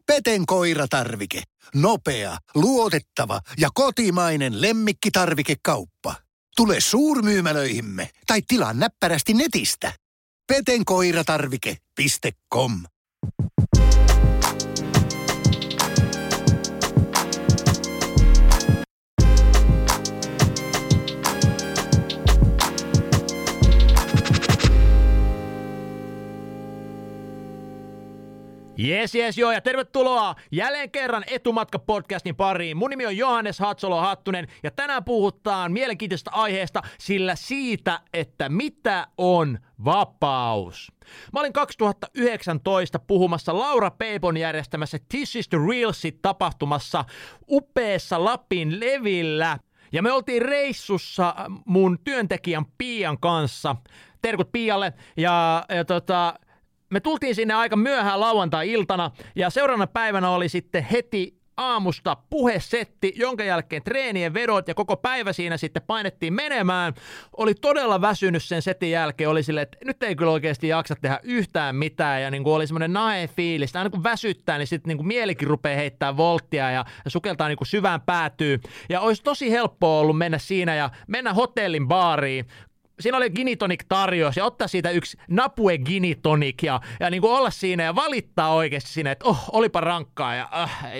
Peten koiratarvike. Nopea, luotettava ja kotimainen lemmikkitarvikekauppa. Tule suurmyymälöihimme tai tilaa näppärästi netistä. petenkoiratarvike.com. Jes, joo, ja tervetuloa jälleen kerran Etumatka-podcastin pariin. Mun nimi on Johannes Hatsolo-Hattunen, ja tänään puhutaan mielenkiintoisesta aiheesta, sillä siitä, että mitä on vapaus. Mä olin 2019 puhumassa Laura Peipon järjestämässä This is the Real Shit-tapahtumassa upeassa Lapin levillä. Ja me oltiin reissussa mun työntekijän Pian kanssa. Terkut Pialle. Me tultiin sinne aika myöhään lauantai-iltana ja seuraavana päivänä oli sitten heti aamusta puhesetti, jonka jälkeen treenien vedot ja koko päivä siinä sitten painettiin menemään. Oli todella väsynyt sen setin jälkeen, oli silleen, että nyt ei kyllä oikeasti jaksa tehdä yhtään mitään ja niin kuin oli semmoinen nae-fiilis. Aina kun väsyttää, niin sitten niin kuin mielikin rupeaa heittämään volttia ja sukeltaa niin kuin syvään päätyy. Ja olisi tosi helppoa ollut mennä siinä ja mennä hotellin baariin. Siinä oli gin tonic tarjous ja ottaa siitä yksi Napue gin tonic ja niin kuin olla siinä ja valittaa oikeasti siinä, että olipa rankkaa ja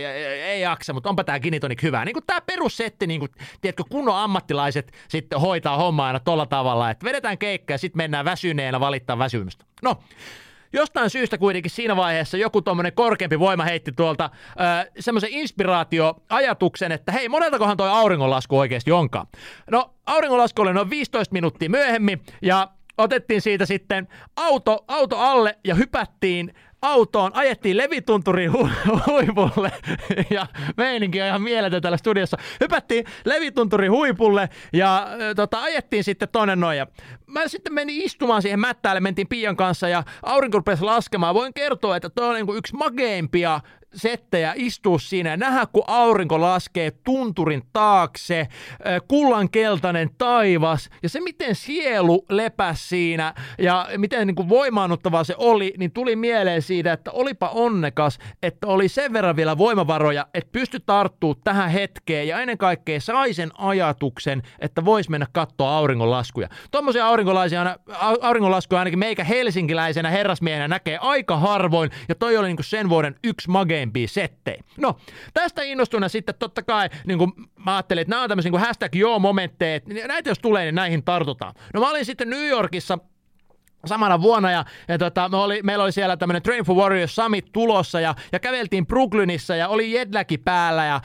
ei jaksa, mutta onpa tää gin tonic hyvää. Niin kuin tää perussetti, niin kuin, tiedätkö, kunnon ammattilaiset sitten hoitaa hommaa aina tolla tavalla, että vedetään keikkaa ja sitten mennään väsyneenä valittaa väsymystä. No. Jostain syystä kuitenkin siinä vaiheessa joku tommonen korkeampi voima heitti tuolta semmoisen inspiraatioajatuksen, että hei, moneltakohan toi auringonlasku oikeasti onkaan. No, auringonlasku oli noin 15 minuuttia myöhemmin ja otettiin siitä sitten auto alle ja hypättiin autoon, ajettiin Levitunturin huipulle ja meininki on ihan mieletön täällä studiossa. Hypättiin Levitunturin huipulle ja ajettiin sitten tonne noin. Ja mä sitten menin istumaan siihen mättäälle, mentiin Pian kanssa ja aurinko rupesi laskemaan. Voin kertoa, että toi on niin kuin yksi mageimpia settejä istua siinä ja nähdä, kun aurinko laskee tunturin taakse, kullankeltainen taivas ja se, miten sielu lepäsi siinä ja miten niin kuin voimaannuttavaa se oli, niin tuli mieleen siitä, että olipa onnekas, että oli sen verran vielä voimavaroja, että pystyi tarttumaan tähän hetkeen ja ennen kaikkea sai sen ajatuksen, että vois mennä katsoa auringonlaskuja. Tuommoisia auringonlaskuja ainakin meikä helsinkiläisenä herrasmiehenä näkee aika harvoin ja toi oli niin kuin sen vuoden yksi mageimpia settejä. No, tästä innostuneena sitten totta kai, niin kuin mä ajattelin, että nämä on tämmöisiä niin hashtag joo-momentteja, että näitä jos tulee, niin näihin tartutaan. No mä olin sitten New Yorkissa samana vuonna ja meillä oli siellä tämmöinen Train for Warriors Summit tulossa ja käveltiin Brooklynissa ja oli jetläki päällä ja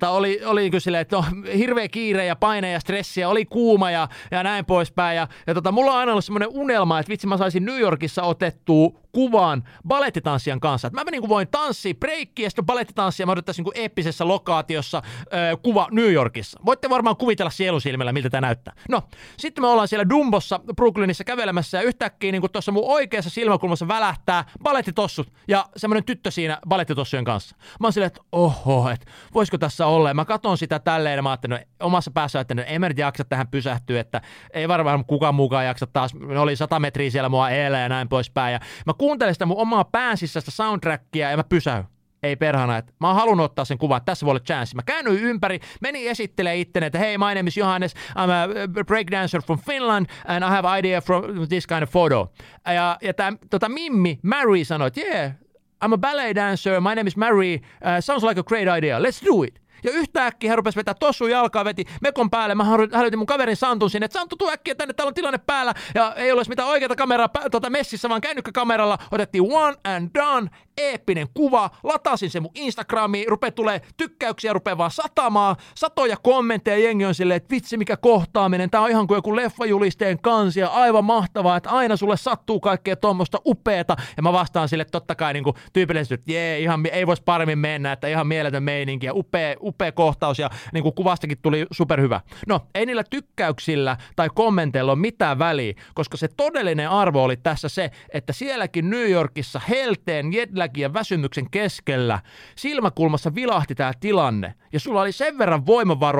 oli niin kuin silleen, että hirveä kiire ja paine ja stressiä, oli kuuma ja näin poispäin ja mulla on aina ollut semmoinen unelma, että vitsi mä saisin New Yorkissa otettua kuvan balettitanssijan kanssa. Että mä niin kuin voin tanssia breikkiä ja sitten balettitanssia mä odottaisin niin kuin eeppisessä lokaatiossa kuva New Yorkissa. Voitte varmaan kuvitella sielusilmillä, miltä tämä näyttää. No, sitten me ollaan siellä Dumbossa Brooklynissa kävelemässä ja yhtäkkiä niin kuin tuossa mun oikeassa silmäkulmassa välähtää balettitossut ja semmoinen tyttö siinä balettitossujen kanssa. Mä oon silleen, että että voisiko tässä olla? Ja mä katon sitä tälleen ja mä ajattelin, omassa päässä, että ei mä nyt jaksa tähän pysähtyä, että ei varmaan kukaan mukaan jaksa taas. Ne oli 100 metriä siellä mua eellä ja näin poispäin. Ja mä kuuntelin sitä mun omaa päänsissästä soundtrackia ja mä pysähdyn. Ei perhana, että mä oon halunnut ottaa sen kuvan, että tässä voi olla chanssi. Mä käännyin ympäri, menin esittelee itteni, että hei, my name is Johannes, I'm a breakdancer from Finland and I have idea from this kind of photo. Ja tää Mimmi, Mary, sanoi, että yeah, I'm a ballet dancer, my name is Mary, sounds like a great idea, let's do it. Ja yhtäkkiä hän rupesi vetää tossuun jalkaa, veti mekon päälle. Mä hälytin mun kaverin Santun sinne, että Santu, tuu äkkiä tänne, täällä on tilanne päällä. Ja ei ole mitään oikeata kameraa messissä, vaan kännykkäkameralla otettiin one and done, eeppinen kuva. Latasin sen mun Instagramiin, rupeaa tulee tykkäyksiä, rupeaa vaan satamaan. Satoja kommentteja, jengi on silleen, että vitsi mikä kohtaaminen. Tää on ihan kuin joku leffajulisteen kansi ja aivan mahtavaa, että aina sulle sattuu kaikkea tuommoista upeeta. Ja mä vastaan sille totta kai niin kuin tyypillisesti, että ihan ei vois paremmin mennä, että ihan mieletön meininki ja upea kohtaus ja niin kuin kuvastakin tuli superhyvä. No, ei niillä tykkäyksillä tai kommenteilla ole mitään väliä, koska se todellinen arvo oli tässä se, että sielläkin New Yorkissa helteen, jetlagin ja väsymyksen keskellä silmäkulmassa vilahti tämä tilanne ja sulla oli sen verran voimavaroja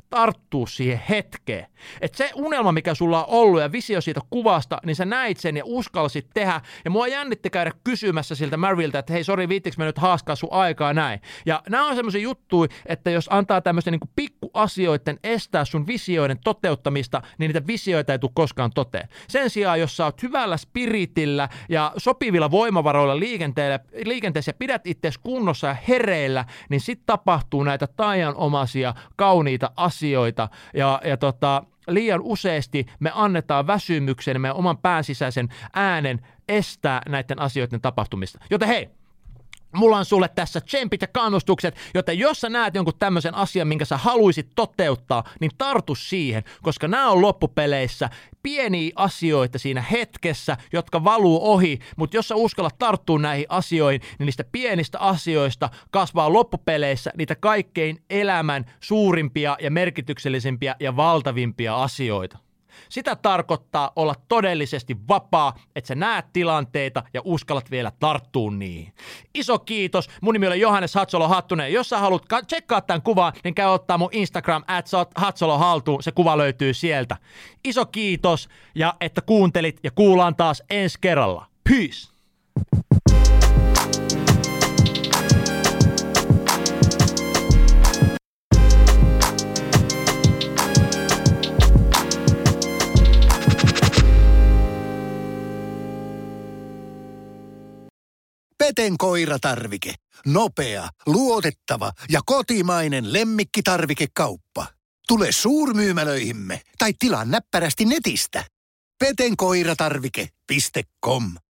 tarttua siihen hetkeen. Että se unelma, mikä sulla on ollut ja visio siitä kuvasta, niin sä näit sen ja uskalsit tehdä. Ja mua jännitti käydä kysymässä siltä Maryltä, että hei, sori, viittikö mä nyt haaskaa sun aikaa näin. Ja nämä on semmoisia juttuja, että jos antaa tämmöisten niin pikkuasioiden estää sun visioiden toteuttamista, niin niitä visioita ei tule koskaan toteen. Sen sijaan, jos sä oot hyvällä spiritillä ja sopivilla voimavaroilla liikenteessä ja pidät itseäsi kunnossa ja hereillä, niin sit tapahtuu näitä taianomaisia, kauniita asioita. Ja liian useasti me annetaan väsymyksen, meidän oman pääsisäisen äänen estää näiden asioiden tapahtumista. Joten hei, mulla on sulle tässä tsempit ja kannustukset, joten jos sä näet jonkun tämmöisen asian, minkä sä haluisit toteuttaa, niin tartu siihen, koska nämä on loppupeleissä pieniä asioita siinä hetkessä, jotka valuu ohi, mutta jos sä uskallat tarttua näihin asioihin, niin niistä pienistä asioista kasvaa loppupeleissä niitä kaikkein elämän suurimpia ja merkityksellisimpiä ja valtavimpia asioita. Sitä tarkoittaa olla todellisesti vapaa, että sä näet tilanteita ja uskallat vielä tarttua niihin. Iso kiitos. Mun nimi on Johannes Hatsolo Hattunen. Jos sä haluat tsekkaa tämän kuvan, niin käy ottaa mun Instagram @Hatsolo haltuun. Se kuva löytyy sieltä. Iso kiitos ja että kuuntelit ja kuullaan taas ensi kerralla. Peace! Peten koiratarvike. Nopea, luotettava ja kotimainen lemmikkitarvikekauppa. Tule suurmyymälöihimme tai tilaa näppärästi netistä. petenkoiratarvike.com